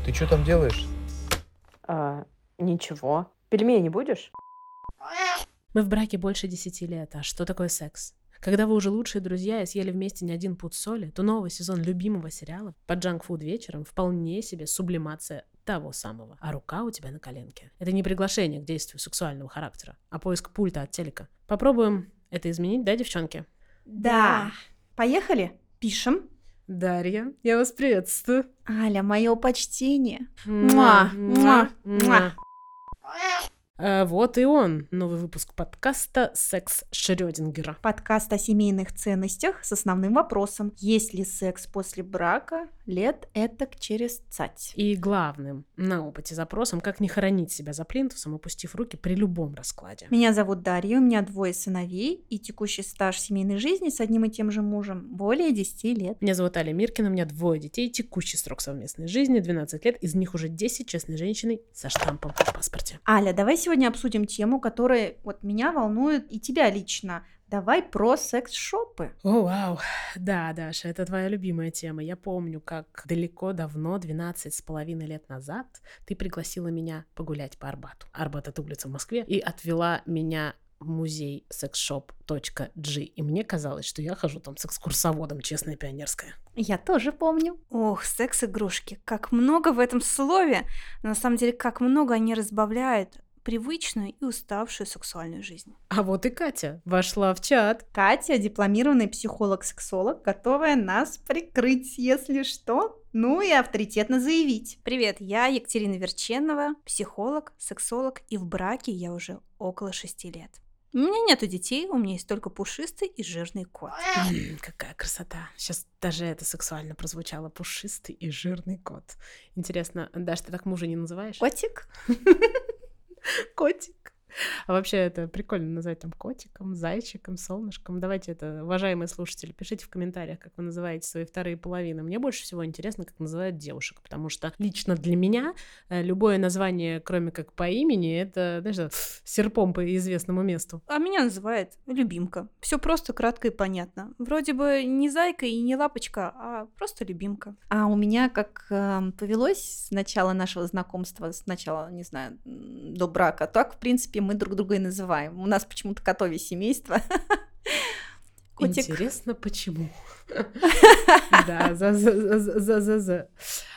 Ты что там делаешь? Ничего. Пельмени будешь? Мы в браке больше 10 лет, а что такое секс? Когда вы уже лучшие друзья и съели вместе не один пуд соли, то новый сезон любимого сериала под джанк-фуд вечером вполне себе сублимация того самого. А рука у тебя на коленке. Это не приглашение к действию сексуального характера, а поиск пульта от телека. Попробуем это изменить, да, девчонки? Да. Поехали? Пишем. Дарья, я вас приветствую. Аля, мое почтение. Муа, Муа, муа. Вот и он, новый выпуск подкаста «Секс Шрёдингера». Подкаст о семейных ценностях с основным вопросом: есть ли секс после брака лет этак через цать? И главным на опыте запросом, как не хоронить себя за плинтусом, опустив руки при любом раскладе. Меня зовут Дарья, у меня 2 сыновей и текущий стаж семейной жизни с одним и тем же мужем более 10 лет. Меня зовут Аля Миркина, у меня 2 детей, текущий срок совместной жизни 12 лет, из них уже 10 честной женщиной со штампом в паспорте. Аля, давай сегодня обсудим тему, которая вот меня волнует и тебя лично. Давай про секс-шопы. О, вау. Да, Даша, это твоя любимая тема. Я помню, как далеко давно, 12,5 лет назад, ты пригласила меня погулять по Арбату. Арбат — это улица в Москве, и отвела меня в музей sexshop.g. И мне казалось, что я хожу там с экскурсоводом, честная пионерская. Я тоже помню. Ох, секс-игрушки. Как много в этом слове. Но на самом деле, как много они разбавляют привычную и уставшую сексуальную жизнь. А вот и Катя вошла в чат. Катя, дипломированный психолог-сексолог, готовая нас прикрыть, если что, ну и авторитетно заявить. Привет, я Екатерина Верченова, психолог, сексолог, и в браке я уже около 6 лет. У меня нету детей, у меня есть только пушистый и жирный кот. Какая красота. Сейчас даже это сексуально прозвучало. Пушистый и жирный кот. Интересно, Даш, ты так мужа не называешь? Котик? Котик. А вообще это прикольно назвать там котиком, зайчиком, солнышком. Давайте это, уважаемые слушатели, пишите в комментариях, как вы называете свои вторые половины. Мне больше всего интересно, как называют девушек, потому что лично для меня любое название, кроме как по имени, это, знаешь, серпом по известному месту. А меня называют любимка. Все просто, кратко и понятно. Вроде бы не зайка и не лапочка, а просто любимка. А у меня как повелось с начала нашего знакомства, с начала, не знаю, до брака, так, в принципе, мы друг друга и называем. У нас почему-то котовье семейство. Котик. Интересно, почему? Да, за.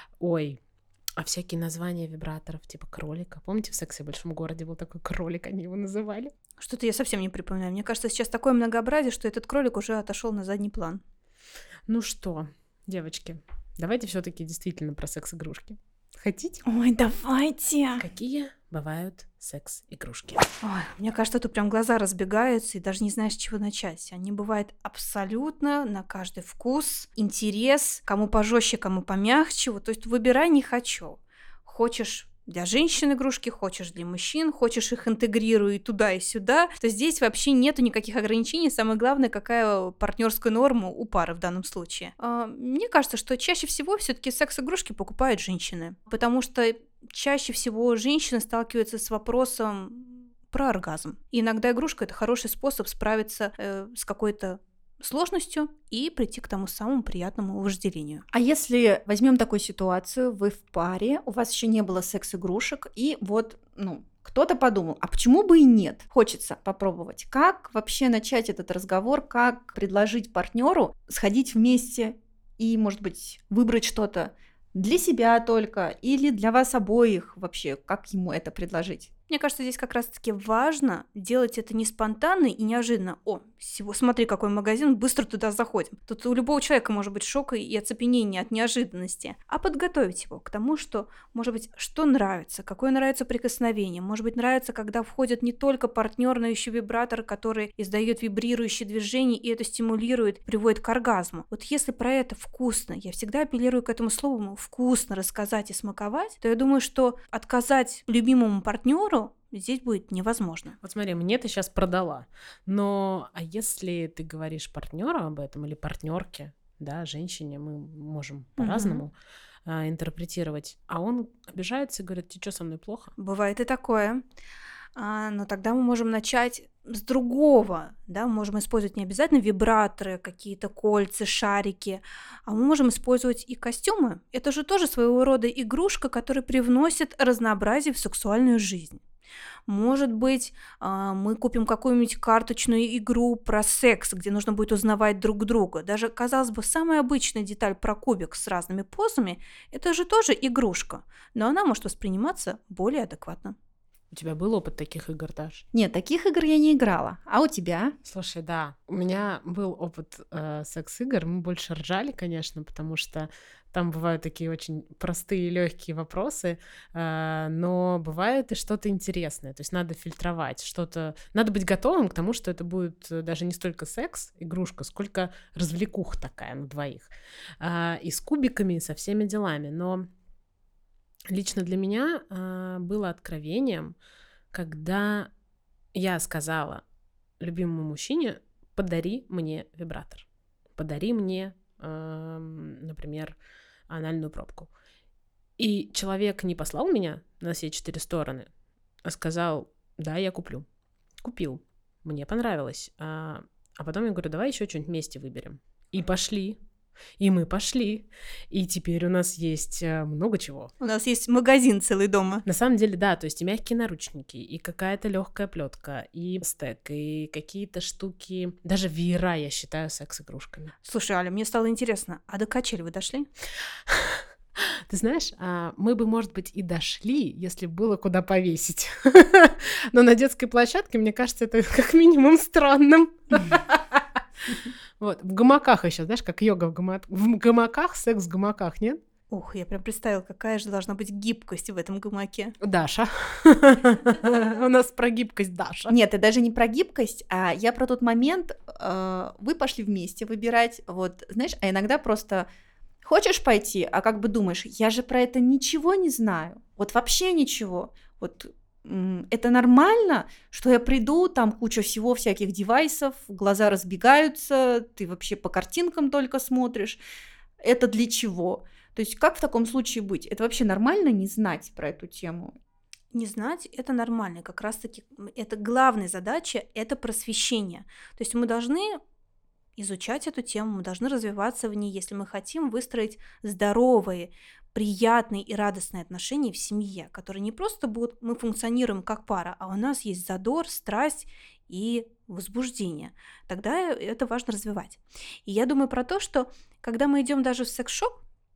Ой, а всякие названия вибраторов, типа кролика. Помните, в «Сексе в большом городе» был такой кролик, они его называли? Что-то я совсем не припоминаю. Мне кажется, сейчас такое многообразие, что этот кролик уже отошел на задний план. Ну что, девочки, давайте все-таки действительно про секс-игрушки. Хотите? Ой, давайте. Какие бывают секс-игрушки? Ой, мне кажется, тут прям глаза разбегаются, и даже не знаешь, с чего начать. Они бывают абсолютно на каждый вкус, интерес, кому пожестче, кому помягче. Вот, то есть выбирай не хочу. Хочешь для женщин игрушки, хочешь для мужчин, хочешь их интегрируй и туда, и сюда, то здесь вообще нету никаких ограничений. Самое главное, какая партнерская норма у пары в данном случае. Мне кажется, что чаще всего все-таки секс-игрушки покупают женщины, потому что чаще всего женщины сталкиваются с вопросом про оргазм. И иногда игрушка — это хороший способ справиться с какой-то сложностью и прийти к тому самому приятному вожделению. А если возьмем такую ситуацию, вы в паре, у вас еще не было секс-игрушек, и вот, кто-то подумал, а почему бы и нет? Хочется попробовать. Как вообще начать этот разговор, как предложить партнеру сходить вместе и, может быть, выбрать что-то для себя только или для вас обоих вообще, как ему это предложить? Мне кажется, здесь как раз-таки важно делать это не спонтанно и неожиданно. Смотри, какой магазин, быстро туда заходим. Тут у любого человека может быть шок и оцепенение от неожиданности. А подготовить его к тому, что, может быть, что нравится, какое нравится прикосновение. Может быть, нравится, когда входит не только партнер, но еще вибратор, который издает вибрирующие движения, и это стимулирует, приводит к оргазму. Вот если про это вкусно, я всегда апеллирую к этому слову «вкусно» рассказать и смаковать, то я думаю, что отказать любимому партнеру здесь будет невозможно. Вот смотри, мне ты сейчас продала, но а если ты говоришь партнеру об этом или партнерке, да, женщине, мы можем по-разному интерпретировать, а он обижается и говорит: тебе что, со мной плохо? Бывает и такое. Но тогда мы можем начать с другого, да, мы можем использовать не обязательно вибраторы, какие-то кольца, шарики, а мы можем использовать и костюмы. Это же тоже своего рода игрушка, которая привносит разнообразие в сексуальную жизнь. Может быть, мы купим какую-нибудь карточную игру про секс, где нужно будет узнавать друг друга. Даже, казалось бы, самая обычная деталь про кубик с разными позами, это же тоже игрушка, но она может восприниматься более адекватно. У тебя был опыт таких игр, Даш? Нет, таких игр я не играла. А у тебя? Слушай, да, у меня был опыт секс-игр, мы больше ржали, конечно, потому что там бывают такие очень простые и легкие вопросы, но бывает и что-то интересное, то есть надо фильтровать, что-то, надо быть готовым к тому, что это будет даже не столько секс, игрушка, сколько развлекуха такая на двоих, и с кубиками, и со всеми делами, но лично для меня было откровением, когда я сказала любимому мужчине: подари мне вибратор, подари мне, например, анальную пробку. И человек не послал меня на все 4 стороны, а сказал: да, я куплю. Купил. Мне понравилось. А потом я говорю: давай еще что-нибудь вместе выберем. И пошли. И мы пошли. И теперь у нас есть много чего. У нас есть магазин целый дома. На самом деле, да, то есть и мягкие наручники, и какая-то легкая плетка, и стек, и какие-то штуки. Даже веера я считаю секс-игрушками. Слушай, Аля, мне стало интересно, а до качели вы дошли? Ты знаешь, мы бы, может быть, и дошли, если было куда повесить. Но на детской площадке, мне кажется, это как минимум странным. Вот, в гамаках еще, знаешь, как йога в гамаках, секс в гамаках, нет? Ух, я прям представила, какая же должна быть гибкость в этом гамаке. Daша. У нас про гибкость Даша. Нет, это даже не про гибкость, а я про тот момент, вы пошли вместе выбирать, вот, знаешь, а иногда просто хочешь пойти, а как бы думаешь, я же про это ничего не знаю, вот вообще ничего, вот это нормально, что я приду, там куча всего, всяких девайсов, глаза разбегаются, ты вообще по картинкам только смотришь, это для чего? То есть как в таком случае быть? Это вообще нормально не знать про эту тему? Не знать – это нормально. Как раз-таки это главная задача – это просвещение. То есть мы должны изучать эту тему, мы должны развиваться в ней, если мы хотим выстроить здоровые, приятные и радостные отношения в семье, которые не просто будут, мы функционируем как пара, а у нас есть задор, страсть и возбуждение. Тогда это важно развивать. И я думаю про то, что когда мы идем даже в секс-шоп,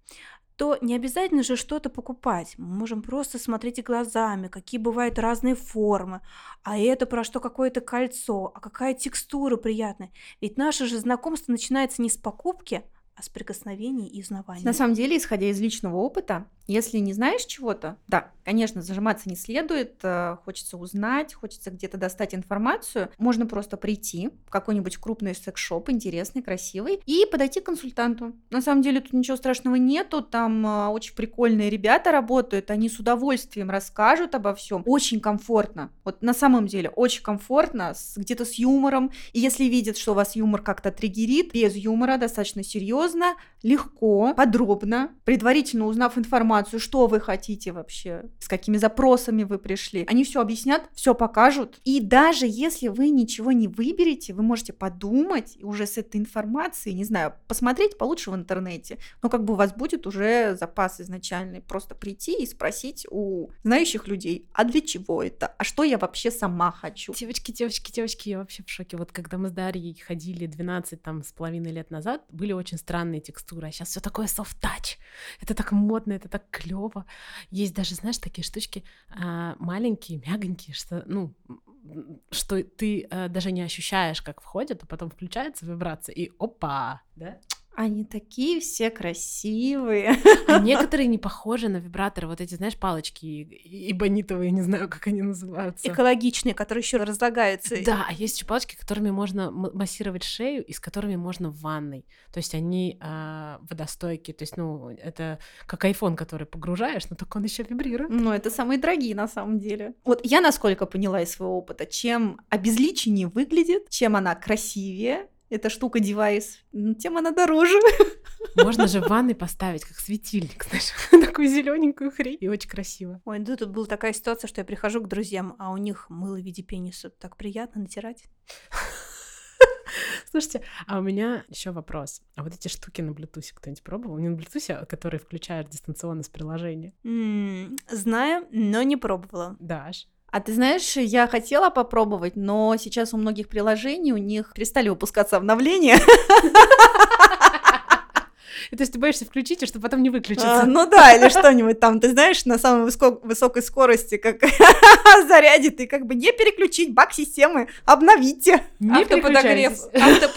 то не обязательно же что-то покупать. Мы можем просто смотреть глазами, какие бывают разные формы, а это про что какое-то кольцо, а какая текстура приятная. Ведь наше же знакомство начинается не с покупки, а с прикосновений и узнавания. На самом деле, исходя из личного опыта, если не знаешь чего-то, да, конечно, зажиматься не следует, хочется узнать, хочется где-то достать информацию, можно просто прийти в какой-нибудь крупный секс-шоп, интересный, красивый, и подойти к консультанту. На самом деле тут ничего страшного нету, там очень прикольные ребята работают, они с удовольствием расскажут обо всем. Очень комфортно, вот на самом деле очень комфортно, где-то с юмором, и если видят, что у вас юмор как-то триггерит, без юмора, достаточно серьезно, легко, подробно, предварительно узнав информацию, что вы хотите вообще, с какими запросами вы пришли. Они все объяснят, все покажут. И даже если вы ничего не выберете, вы можете подумать и уже с этой информацией, не знаю, посмотреть получше в интернете. Но как бы у вас будет уже запас изначальный. Просто прийти и спросить у знающих людей, а для чего это? А что я вообще сама хочу? Девочки, я вообще в шоке. Вот когда мы с Дарьей ходили 12,5 лет назад, были очень странные текстуры, а сейчас все такое soft-touch. Это так модно, это так клево. Есть даже, знаешь, такие штучки маленькие, мягонькие, что ты даже не ощущаешь, как входит, а потом включается вибрация, и опа, да? Они такие все красивые. А некоторые не похожи на вибраторы. Вот эти, знаешь, палочки эбонитовые, не знаю, как они называются. Экологичные, которые еще разлагаются. Да, а есть еще палочки, которыми можно массировать шею и с которыми можно в ванной. То есть они водостойкие. То есть, это как iPhone, который погружаешь, но только он еще вибрирует. Ну, это самые дорогие на самом деле. Вот я, насколько поняла из своего опыта, чем обезличеннее выглядит, чем она красивее, эта штука, девайс, тем она дороже. Можно же в ванной поставить, как светильник, знаешь, такую зелененькую хрень, и очень красиво. Ой, ну тут была такая ситуация, что я прихожу к друзьям, а у них мыло в виде пениса. Так приятно натирать. Слушайте, а у меня еще вопрос. А вот эти штуки на Bluetooth кто-нибудь пробовал? Не на Bluetooth, которые включают дистанционно с приложения. Знаю, но не пробовала. Даш? А ты знаешь, я хотела попробовать, но сейчас у многих приложений у них перестали выпускаться обновления. То есть ты боишься включить, и чтобы потом не выключиться? Ну да, или что-нибудь там, ты знаешь, на самой высокой скорости, как зарядит, и как бы не переключить, баг системы, обновите. Автоподогрев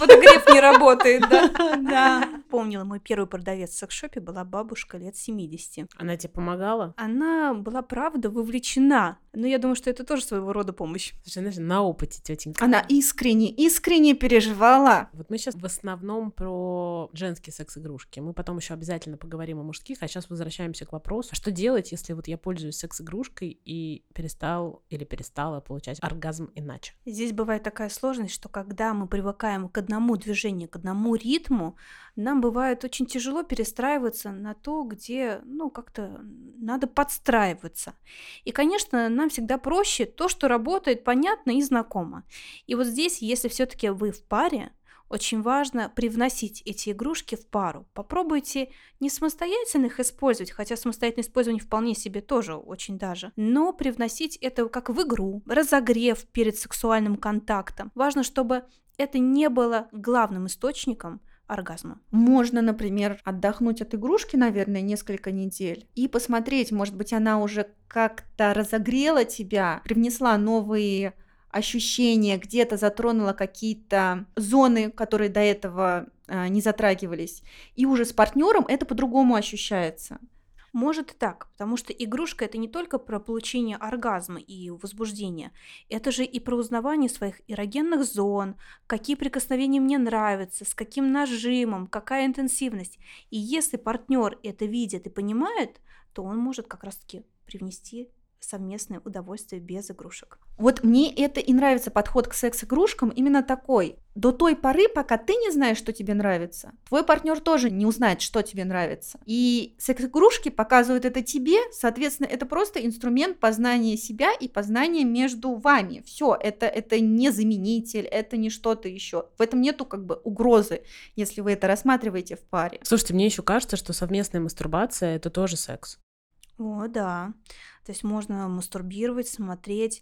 не работает, да? Да. Помнила, мой первый продавец в секс-шопе была бабушка лет 70. Она тебе помогала? Она была, правда, вовлечена. Но я думаю, что это тоже своего рода помощь. Слушай, знаешь, на опыте, тетенька. Она искренне переживала. Вот мы сейчас в основном про женские секс-игрушки. Мы потом еще обязательно поговорим о мужских, а сейчас возвращаемся к вопросу, что делать, если вот я пользуюсь секс-игрушкой и перестала получать оргазм иначе? Здесь бывает такая сложность, что когда мы привыкаем к одному движению, к одному ритму, нам бывает очень тяжело перестраиваться на то, где, как-то надо подстраиваться. И, конечно, нам всегда проще то, что работает понятно и знакомо. И вот здесь, если все-таки вы в паре, очень важно привносить эти игрушки в пару. Попробуйте не самостоятельно их использовать, хотя самостоятельное использование вполне себе тоже очень даже, но привносить это как в игру, разогрев перед сексуальным контактом. Важно, чтобы это не было главным источником оргазма. Можно, например, отдохнуть от игрушки, наверное, несколько недель и посмотреть, может быть, она уже как-то разогрела тебя, привнесла новые ощущения, где-то затронула какие-то зоны, которые до этого не затрагивались, и уже с партнером это по-другому ощущается. Может и так, потому что игрушка — это не только про получение оргазма и возбуждения, это же и про узнавание своих эрогенных зон, какие прикосновения мне нравятся, с каким нажимом, какая интенсивность. И если партнер это видит и понимает, то он может как раз-таки привнести совместное удовольствие без игрушек. Вот мне это и нравится, подход к секс-игрушкам именно такой. До той поры, пока ты не знаешь, что тебе нравится, твой партнер тоже не узнает, что тебе нравится. И секс-игрушки показывают это тебе, соответственно, это просто инструмент познания себя и познания между вами. Все, это не заменитель, это не что-то еще. В этом нету как бы угрозы, если вы это рассматриваете в паре. Слушайте, мне еще кажется, что совместная мастурбация — это тоже секс. О, да. То есть можно мастурбировать, смотреть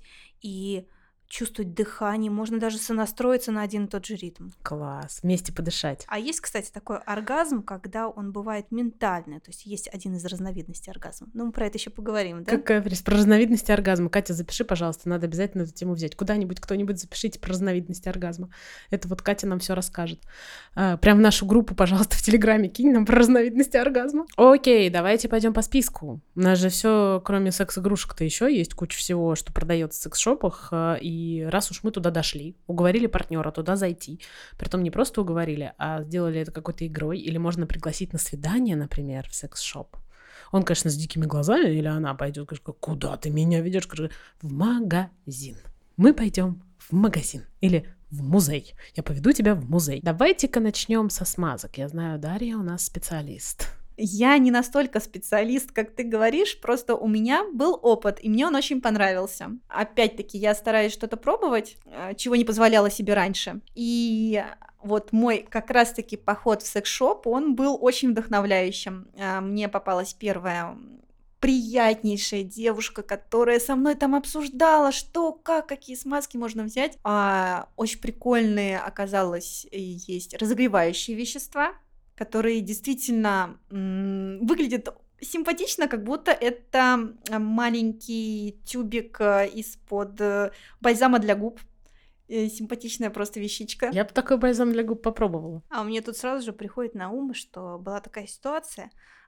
и чувствовать дыхание, можно даже сонастроиться на один и тот же ритм. Класс, вместе подышать. А есть, кстати, такой оргазм, когда он бывает ментальный, то есть есть один из разновидностей оргазма. Ну, мы про это еще поговорим, да? Какая прелесть. Про разновидности оргазма. Катя, запиши, пожалуйста, надо обязательно эту тему взять. Куда-нибудь, кто-нибудь запишите про разновидности оргазма. Это вот Катя нам все расскажет. Прям в нашу группу, пожалуйста, в Телеграме кинь нам про разновидности оргазма. Окей, давайте пойдем по списку. У нас же все, кроме секс-игрушек-то еще есть куча всего, что продается в секс-шопах, и раз уж мы туда дошли, уговорили партнера туда зайти, притом не просто уговорили, а сделали это какой-то игрой, или можно пригласить на свидание, например, в секс-шоп. Он, конечно, с дикими глазами, или она пойдет, говорит, куда ты меня ведешь? В магазин. Мы пойдем в магазин. Или в музей. Я поведу тебя в музей. Давайте-ка начнем со смазок. Я знаю, Дарья у нас специалист. Я не настолько специалист, как ты говоришь, просто у меня был опыт, и мне он очень понравился. Опять-таки, я стараюсь что-то пробовать, чего не позволяла себе раньше. И вот мой как раз-таки поход в секс-шоп, он был очень вдохновляющим. Мне попалась первая приятнейшая девушка, которая со мной там обсуждала, что, как, какие смазки можно взять. Очень прикольные, оказалось, есть разогревающие вещества, которые действительно выглядят симпатично, как будто это маленький тюбик из-под бальзама для губ. Симпатичная просто вещичка. Я бы такой бальзам для губ попробовала. А мне тут сразу же приходит на ум, что была такая ситуация.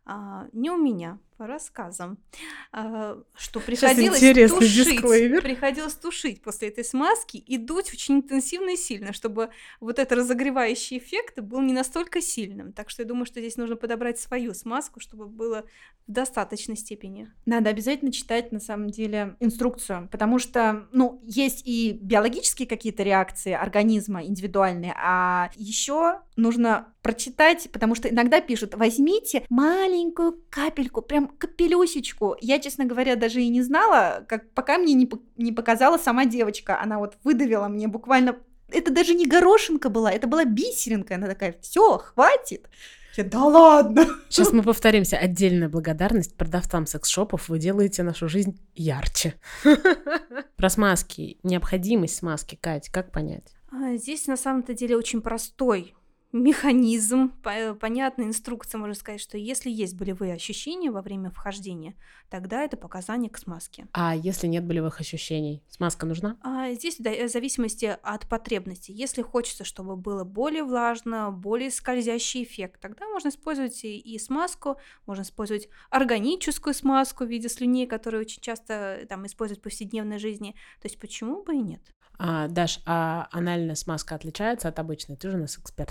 Не у меня, по рассказам, что интересный дисклеймер. приходилось тушить после этой смазки и дуть очень интенсивно и сильно, чтобы вот этот разогревающий эффект был не настолько сильным. Так что я думаю, что здесь нужно подобрать свою смазку, чтобы было в достаточной степени. Надо обязательно читать, на самом деле, инструкцию, потому что, есть и биологические какие-то реакции организма индивидуальные, а еще нужно прочитать, потому что иногда пишут: возьмите маленькую капельку, прям капелюсечку. Я, честно говоря, даже и не знала, пока мне не показала сама девочка. Она вот выдавила мне буквально... Это даже не горошинка была, это была бисеринка. Она такая: все, хватит. Я: да ладно. Сейчас мы повторимся. Отдельная благодарность продавцам секс-шопов. Вы делаете нашу жизнь ярче. Про смазки. Необходимость смазки, Кать, как понять? Здесь на самом-то деле очень простой механизм, понятная инструкция, можно сказать, что если есть болевые ощущения во время вхождения, тогда это показание к смазке. А если нет болевых ощущений, смазка нужна? Здесь в зависимости от потребностей. Если хочется, чтобы было более влажно, более скользящий эффект, тогда можно использовать и смазку, можно использовать органическую смазку в виде слюней, которую очень часто используют в повседневной жизни. То есть почему бы и нет? Даш, а анальная смазка отличается от обычной? Ты же у нас эксперт.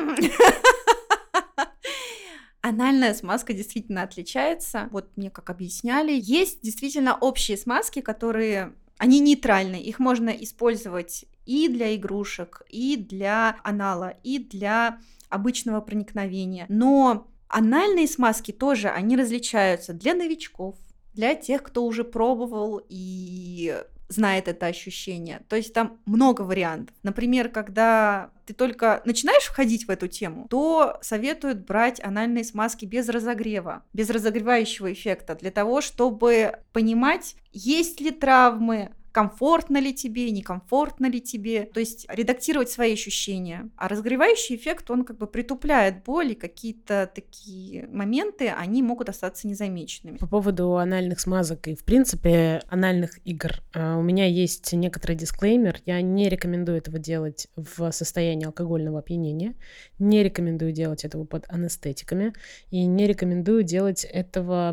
Анальная смазка действительно отличается. Вот мне как объясняли. Есть действительно общие смазки, которые... Они нейтральны. Их можно использовать и для игрушек, и для анала, и для обычного проникновения. Но анальные смазки тоже, они различаются для новичков, для тех, кто уже пробовал и знает это ощущение. То есть там много вариантов. Например, когда ты только начинаешь входить в эту тему, то советуют брать анальные смазки без разогрева, без разогревающего эффекта, для того, чтобы понимать, есть ли травмы, комфортно ли тебе, некомфортно ли тебе, то есть редактировать свои ощущения. А разогревающий эффект, он как бы притупляет боль, и какие-то такие моменты, они могут остаться незамеченными. По поводу анальных смазок и, в принципе, анальных игр, у меня есть некоторый дисклеймер. Я не рекомендую этого делать в состоянии алкогольного опьянения, не рекомендую делать этого под анестетиками и не рекомендую делать этого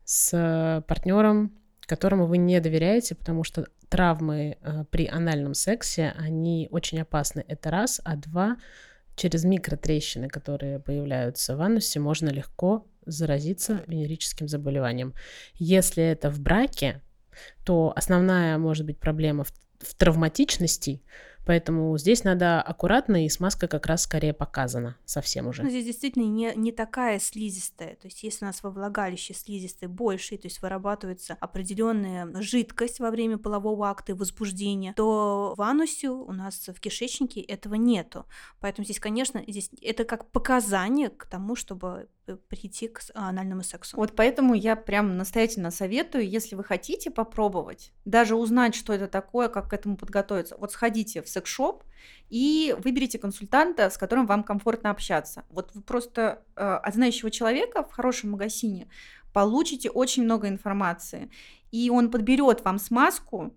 с партнером, которому вы не доверяете, потому что травмы при анальном сексе, они очень опасны. Это раз. А два, через микротрещины, которые появляются в анусе, можно легко заразиться венерическим заболеванием. Если это в браке, то основная может быть проблема в травматичности, поэтому здесь надо аккуратно, и смазка как раз скорее показана совсем уже. Здесь действительно не такая слизистая. То есть если у нас во влагалище слизистой больше, то есть вырабатывается определенная жидкость во время полового акта и возбуждения, то в анусе у нас в кишечнике этого нету. Поэтому здесь, конечно, это как показание к тому, чтобы прийти к анальному сексу. Вот поэтому я прям настоятельно советую, если вы хотите попробовать, даже узнать, что это такое, как к этому подготовиться, вот сходите в секс-шоп и выберите консультанта, с которым вам комфортно общаться. Вот вы просто от знающего человека в хорошем магазине получите очень много информации, и он подберет вам смазку,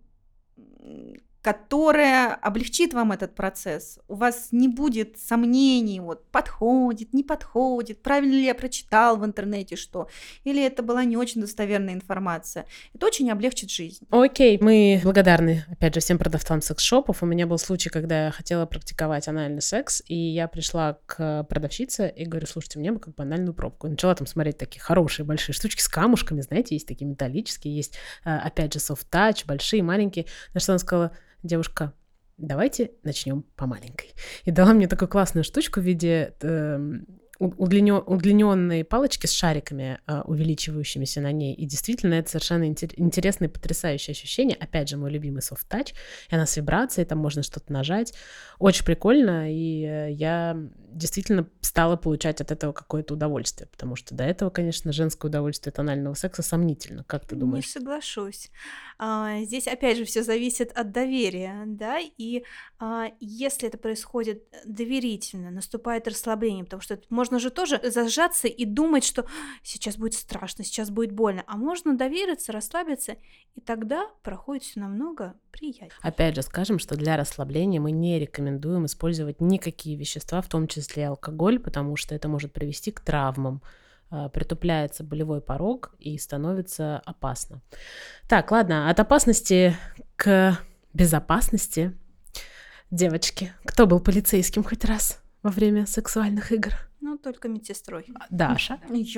которая облегчит вам этот процесс. У вас не будет сомнений, вот подходит, не подходит, правильно ли я прочитал в интернете что, или это была не очень достоверная информация. Это очень облегчит жизнь. Окей, мы благодарны, опять же, всем продавцам секс-шопов. У меня был случай, когда я хотела практиковать анальный секс, и я пришла к продавщице и говорю: слушайте, мне бы как бы анальную пробку. И начала там смотреть такие хорошие большие штучки с камушками, знаете, есть такие металлические, есть, опять же, soft-touch, большие, маленькие. На что она сказала: девушка, давайте начнем по маленькой. И дала мне такую классную штучку в виде удлиненной палочки с шариками, увеличивающимися на ней. И действительно, это совершенно интересное, потрясающее ощущение. Опять же, мой любимый soft touch. И она с вибрацией, там можно что-то нажать. Очень прикольно, и я действительно стала получать от этого какое-то удовольствие, потому что до этого, конечно, женское удовольствие от анального секса сомнительно. Как ты думаешь? Не соглашусь. Здесь, опять же, все зависит от доверия, да, и если это происходит доверительно, наступает расслабление, потому что можно же тоже зажаться и думать, что сейчас будет страшно, сейчас будет больно, а можно довериться, расслабиться, и тогда проходит все намного приятнее. Опять же, скажем, что для расслабления мы не рекомендуем использовать никакие вещества, в том числе алкоголь, потому что это может привести к травмам притупляется болевой порог и становится опасно. Так, ладно, от опасности к безопасности. Девочки, кто был полицейским хоть раз во время сексуальных игр? Ну, только медсестрой. Даша.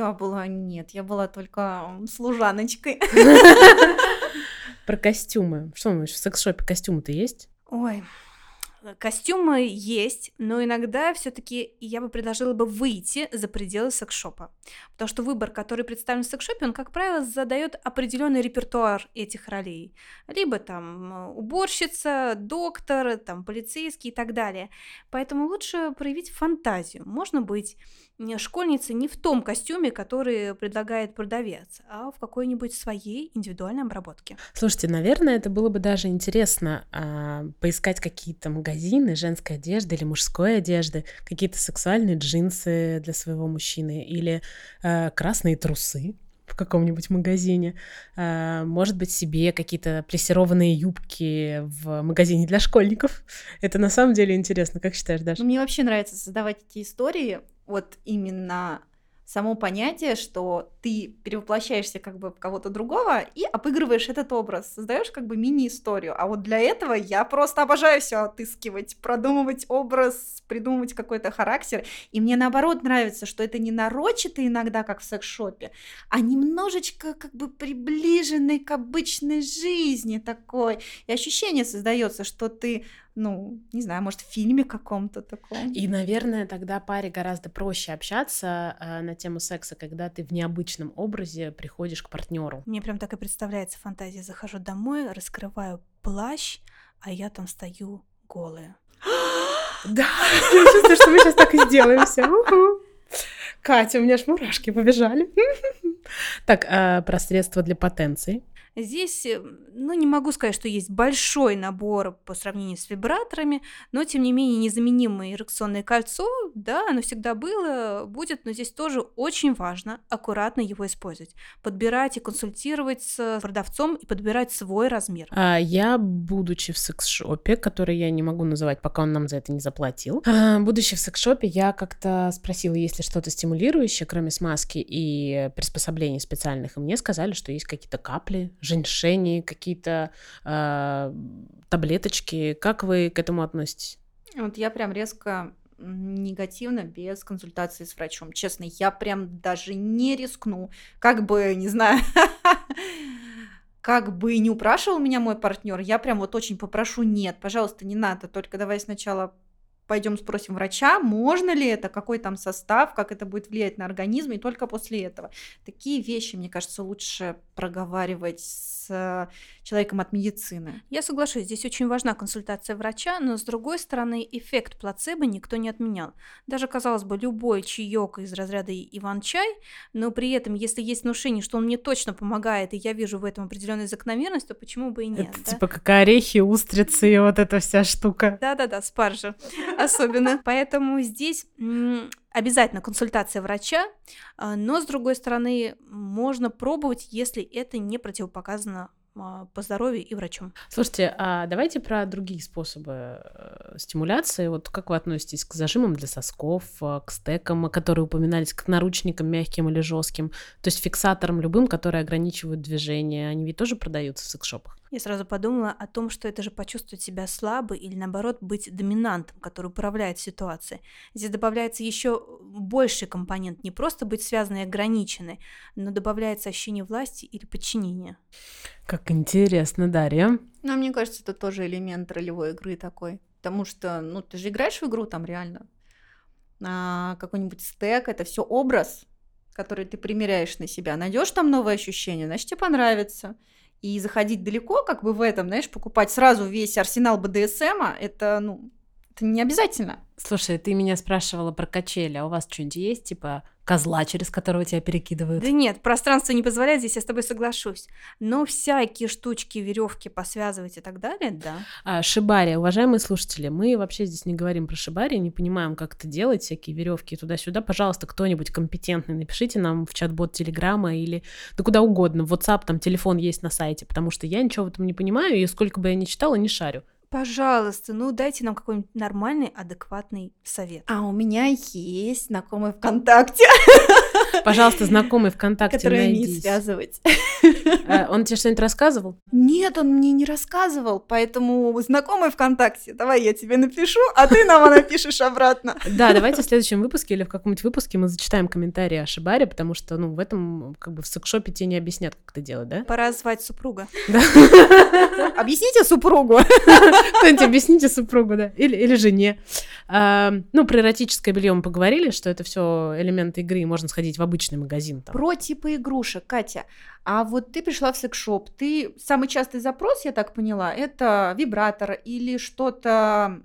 Я была только служаночкой. Про костюмы. Что думаешь, в секс-шопе костюмы-то есть? Ой, костюмы есть, но иногда все-таки я бы предложила бы выйти за пределы секс-шопа. Потому что выбор, который представлен в секс-шопе, он, как правило, задает определенный репертуар этих ролей. Либо там уборщица, доктор, там полицейский и так далее. Поэтому лучше проявить фантазию. Можно быть школьницей не в том костюме, который предлагает продавец, а в какой-нибудь своей индивидуальной обработке. Слушайте, наверное, это было бы даже интересно поискать какие-то магазины женской одежды или мужской одежды, какие-то сексуальные джинсы для своего мужчины или красные трусы в каком-нибудь магазине. Может быть, себе какие-то плессированные юбки в магазине для школьников. Это на самом деле интересно. Как считаешь, Даша? Мне вообще нравится создавать эти истории. Вот именно само понятие, что ты перевоплощаешься как бы в кого-то другого и обыгрываешь этот образ, создаешь как бы мини-историю. А вот для этого я просто обожаю все отыскивать, продумывать образ, придумывать какой-то характер. И мне наоборот нравится, что это не нарочито иногда, как в секс-шопе, а немножечко как бы приближенный к обычной жизни такой. И ощущение создается, что ты, не знаю, может, в фильме каком-то таком. И, наверное, тогда паре гораздо проще общаться на тему секса, когда ты в необычном образе приходишь к партнеру. Мне прям так и представляется фантазия. Захожу домой, раскрываю плащ, а я там стою голая. Да, я чувствую, что мы сейчас так и сделаем все. Катя, у меня аж мурашки побежали. Так, про средства для потенции. Здесь, не могу сказать, что есть большой набор по сравнению с вибраторами, но, тем не менее, незаменимое эрекционное кольцо, да, оно всегда было, будет, но здесь тоже очень важно аккуратно его использовать. Подбирать и консультировать с продавцом и подбирать свой размер. Я, будучи в секс-шопе, который я не могу называть, пока он нам за это не заплатил, будучи в секс-шопе, я как-то спросила, есть ли что-то стимулирующее, кроме смазки и приспособлений специальных, и мне сказали, что есть какие-то капли, женьшени, какие-то таблеточки. Как вы к этому относитесь? Вот я прям резко негативно, без консультации с врачом. Честно, я прям даже не рискну. Как бы, не знаю, как бы не упрашивал меня мой партнер, я прям вот очень попрошу, нет, пожалуйста, не надо, только давай сначала пойдем спросим врача, можно ли это, какой там состав, как это будет влиять на организм, и только после этого. Такие вещи, мне кажется, лучше проговаривать с человеком от медицины. Я соглашусь, здесь очень важна консультация врача, но, с другой стороны, эффект плацебо никто не отменял. Даже, казалось бы, любой чаек из разряда Иван-чай, но при этом, если есть внушение, что он мне точно помогает, и я вижу в этом определенную закономерность, то почему бы и нет? Это да? типа как орехи, устрицы и вот эта вся штука. Да-да-да, спаржа особенно. Поэтому здесь обязательно консультация врача, но, с другой стороны, можно пробовать, если это не противопоказано по здоровью и врачом. Слушайте, а давайте про другие способы стимуляции. Вот как вы относитесь к зажимам для сосков, к стекам, которые упоминались, к наручникам мягким или жестким, то есть фиксаторам любым, которые ограничивают движение? Они ведь тоже продаются в секс-шопах? Я сразу подумала о том, что это же почувствовать себя слабой или, наоборот, быть доминантом, который управляет ситуацией. Здесь добавляется еще больший компонент, не просто быть связанной и ограниченной, но добавляется ощущение власти или подчинения. Как интересно, Дарья. Но мне кажется, это тоже элемент ролевой игры такой. Потому что, ты же играешь в игру там реально. Какой-нибудь стек, это все образ, который ты примеряешь на себя. Найдешь там новые ощущения, значит, тебе понравится. И заходить далеко, как бы в этом, знаешь, покупать сразу весь арсенал БДСМа, это не обязательно. Слушай, ты меня спрашивала про качели, а у вас что-нибудь есть, типа козла, через которого тебя перекидывают? Да нет, пространство не позволяет, здесь я с тобой соглашусь. Но всякие штучки, веревки посвязывать и так далее, да. Шибари, уважаемые слушатели, мы вообще здесь не говорим про шибари, не понимаем, как это делать, всякие веревки туда-сюда. Пожалуйста, кто-нибудь компетентный, напишите нам в чат-бот Телеграма или да куда угодно, в WhatsApp, там телефон есть на сайте, потому что я ничего в этом не понимаю, и сколько бы я ни читала, не шарю. Пожалуйста, дайте нам какой-нибудь нормальный, адекватный совет. А у меня есть знакомый ВКонтакте. Пожалуйста, знакомый ВКонтакте, который умеет найдись. связывать. Он тебе что-нибудь рассказывал? Нет, он мне не рассказывал, поэтому знакомый ВКонтакте, давай я тебе напишу, а ты нам напишешь обратно. Да, давайте в следующем выпуске или в каком-нибудь выпуске мы зачитаем комментарии о Шибаре, потому что, в этом, в секс-шопе тебе не объяснят, как это делать, да? Пора звать супруга. Объясните супругу. Кто-нибудь объясните супругу, да, или жене. Про эротическое белье мы поговорили, что это все элементы игры, и можно сходить в обычный магазин. Там. Про типы игрушек, Катя. А вот ты пришла в секс-шоп, ты самый частый запрос, я так поняла, это вибратор или что-то,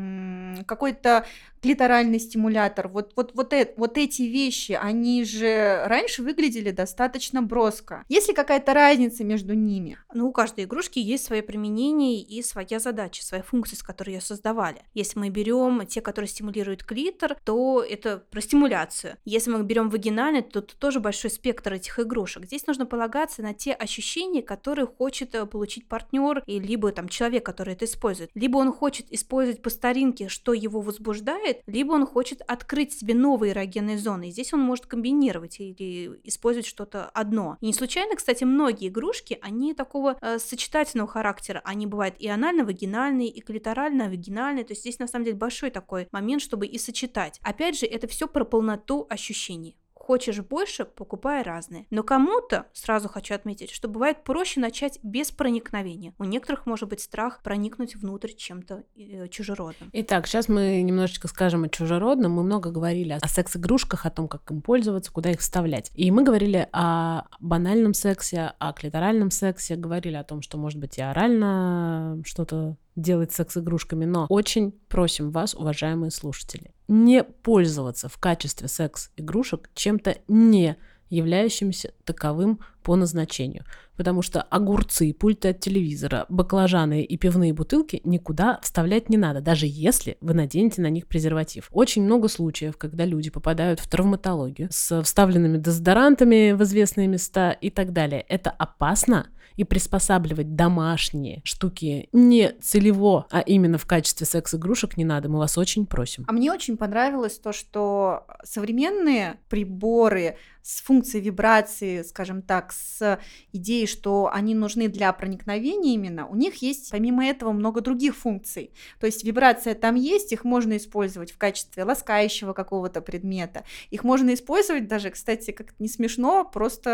какой-то клиторальный стимулятор. Вот эти вещи, они же раньше выглядели достаточно броско. Есть ли какая-то разница между ними? У каждой игрушки есть свое применение и своя задача, своя функция, с которой ее создавали. Если мы берем те, которые стимулируют клитор, то это про стимуляцию. Если мы берем вагинальный, то тоже большой спектр этих игрушек. Здесь нужно полагаться на те ощущения, которые хочет получить партнер, и либо человек, который это использует. Либо он хочет использовать по старинке, что его возбуждает, либо он хочет открыть себе новые эрогенные зоны. И здесь он может комбинировать или использовать что-то одно. И не случайно, кстати, многие игрушки, они такого сочетательного характера. Они бывают и анально-вагинальные, и клиторально-вагинальные. То есть здесь на самом деле большой такой момент, чтобы и сочетать. Опять же, это все про полноту ощущений. Хочешь больше, покупай разные. Но кому-то, сразу хочу отметить, что бывает проще начать без проникновения. У некоторых может быть страх проникнуть внутрь чем-то чужеродным. Итак, сейчас мы немножечко скажем о чужеродном. Мы много говорили о секс-игрушках, о том, как им пользоваться, куда их вставлять. И мы говорили о банальном сексе, о клиторальном сексе, говорили о том, что может быть и орально что-то делать с секс-игрушками, но очень просим вас, уважаемые слушатели, не пользоваться в качестве секс-игрушек чем-то не являющимся таковым по назначению. Потому что огурцы, пульты от телевизора, баклажаны и пивные бутылки никуда вставлять не надо, даже если вы наденете на них презерватив. Очень много случаев, когда люди попадают в травматологию с вставленными дезодорантами в известные места и так далее. Это опасно, и приспосабливать домашние штуки не целево, а именно в качестве секс-игрушек не надо. Мы вас очень просим. А мне очень понравилось то, что современные приборы с функцией вибрации, скажем так, с идеей, что они нужны для проникновения именно, у них есть помимо этого много других функций. То есть вибрация там есть, их можно использовать в качестве ласкающего какого-то предмета. Их можно использовать даже, кстати, как-то не смешно,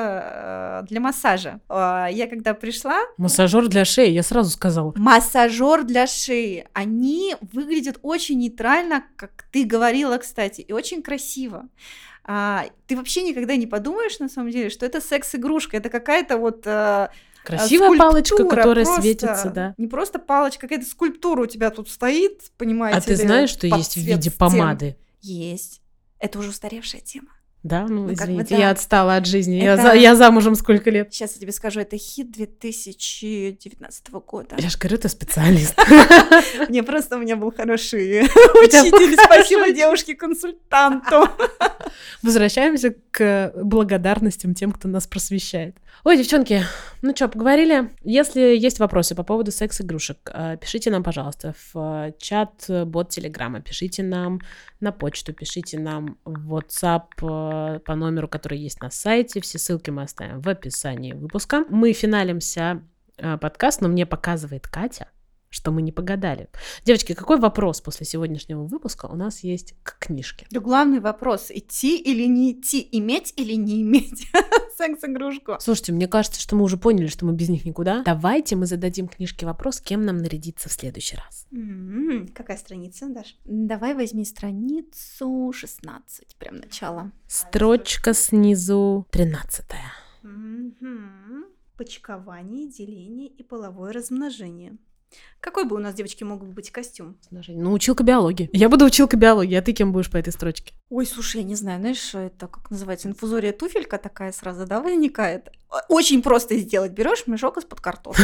просто для массажа. Я когда пришла... Массажер для шеи, я сразу сказала. Массажер для шеи. Они выглядят очень нейтрально, как ты говорила, кстати, и очень красиво. Ты вообще никогда не подумаешь, на самом деле, что это секс-игрушка, это какая-то вот красивая палочка, которая светится, да. Не просто палочка, какая-то скульптура у тебя тут стоит, понимаете? А ты знаешь, что есть в виде помады? Есть. Это уже устаревшая тема. Да, извините, да. Я отстала от жизни. Я замужем сколько лет? Сейчас я тебе скажу, это хит 2019 года. Я же говорю, ты специалист. У меня был хороший учитель. Спасибо девушке-консультанту. Возвращаемся к благодарностям тем, кто нас просвещает. Ой, девчонки, ну что, поговорили? Если есть вопросы по поводу секс-игрушек, пишите нам, пожалуйста, в чат-бот Телеграма, пишите нам на почту, пишите нам в WhatsApp по номеру, который есть на сайте. Все ссылки мы оставим в описании выпуска. Мы финалимся подкаст, но мне показывает Катя, что мы не погадали. Девочки, какой вопрос после сегодняшнего выпуска у нас есть к книжке? Да главный вопрос, идти или не идти, иметь или не иметь секс-игрушку. Слушайте, мне кажется, что мы уже поняли, что мы без них никуда. Давайте мы зададим книжке вопрос, кем нам нарядиться в следующий раз. Какая страница, Даш? Давай возьми страницу 16, прям начало. Строчка снизу 13-я. Почкование, деление и половое размножение. Какой бы у нас, девочки, мог бы быть костюм? Ну, училка биологии. Я буду училка биологии, а ты кем будешь по этой строчке? Ой, слушай, я не знаю, знаешь, это как называется, инфузория туфелька такая сразу, да, возникает? Очень просто сделать. Берешь мешок из-под картошки.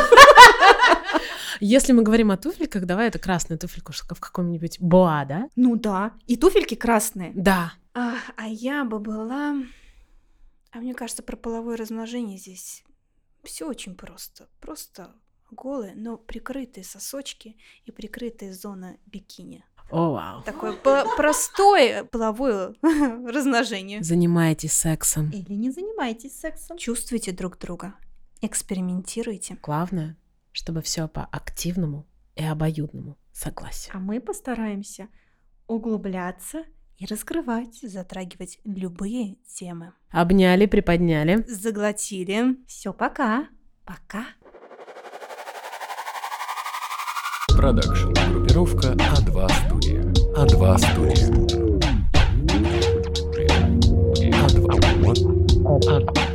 Если мы говорим о туфельках, давай это красная туфелька в каком-нибудь боа, да? Ну да, и туфельки красные. Да. А я бы была... А мне кажется, про половое размножение здесь все очень просто. Просто голые, но прикрытые сосочки и прикрытые зона бикини. О, вау. Такое простое половое размножение. Занимайтесь сексом. Или не занимайтесь сексом. Чувствуйте друг друга. Экспериментируйте. Главное, чтобы все по активному и обоюдному согласию. А мы постараемся углубляться и раскрывать. Затрагивать любые темы. Обняли, приподняли. Заглотили. Все, пока. Пока. Продакшн. Группировка А2 Студия. А2 Студия. А2.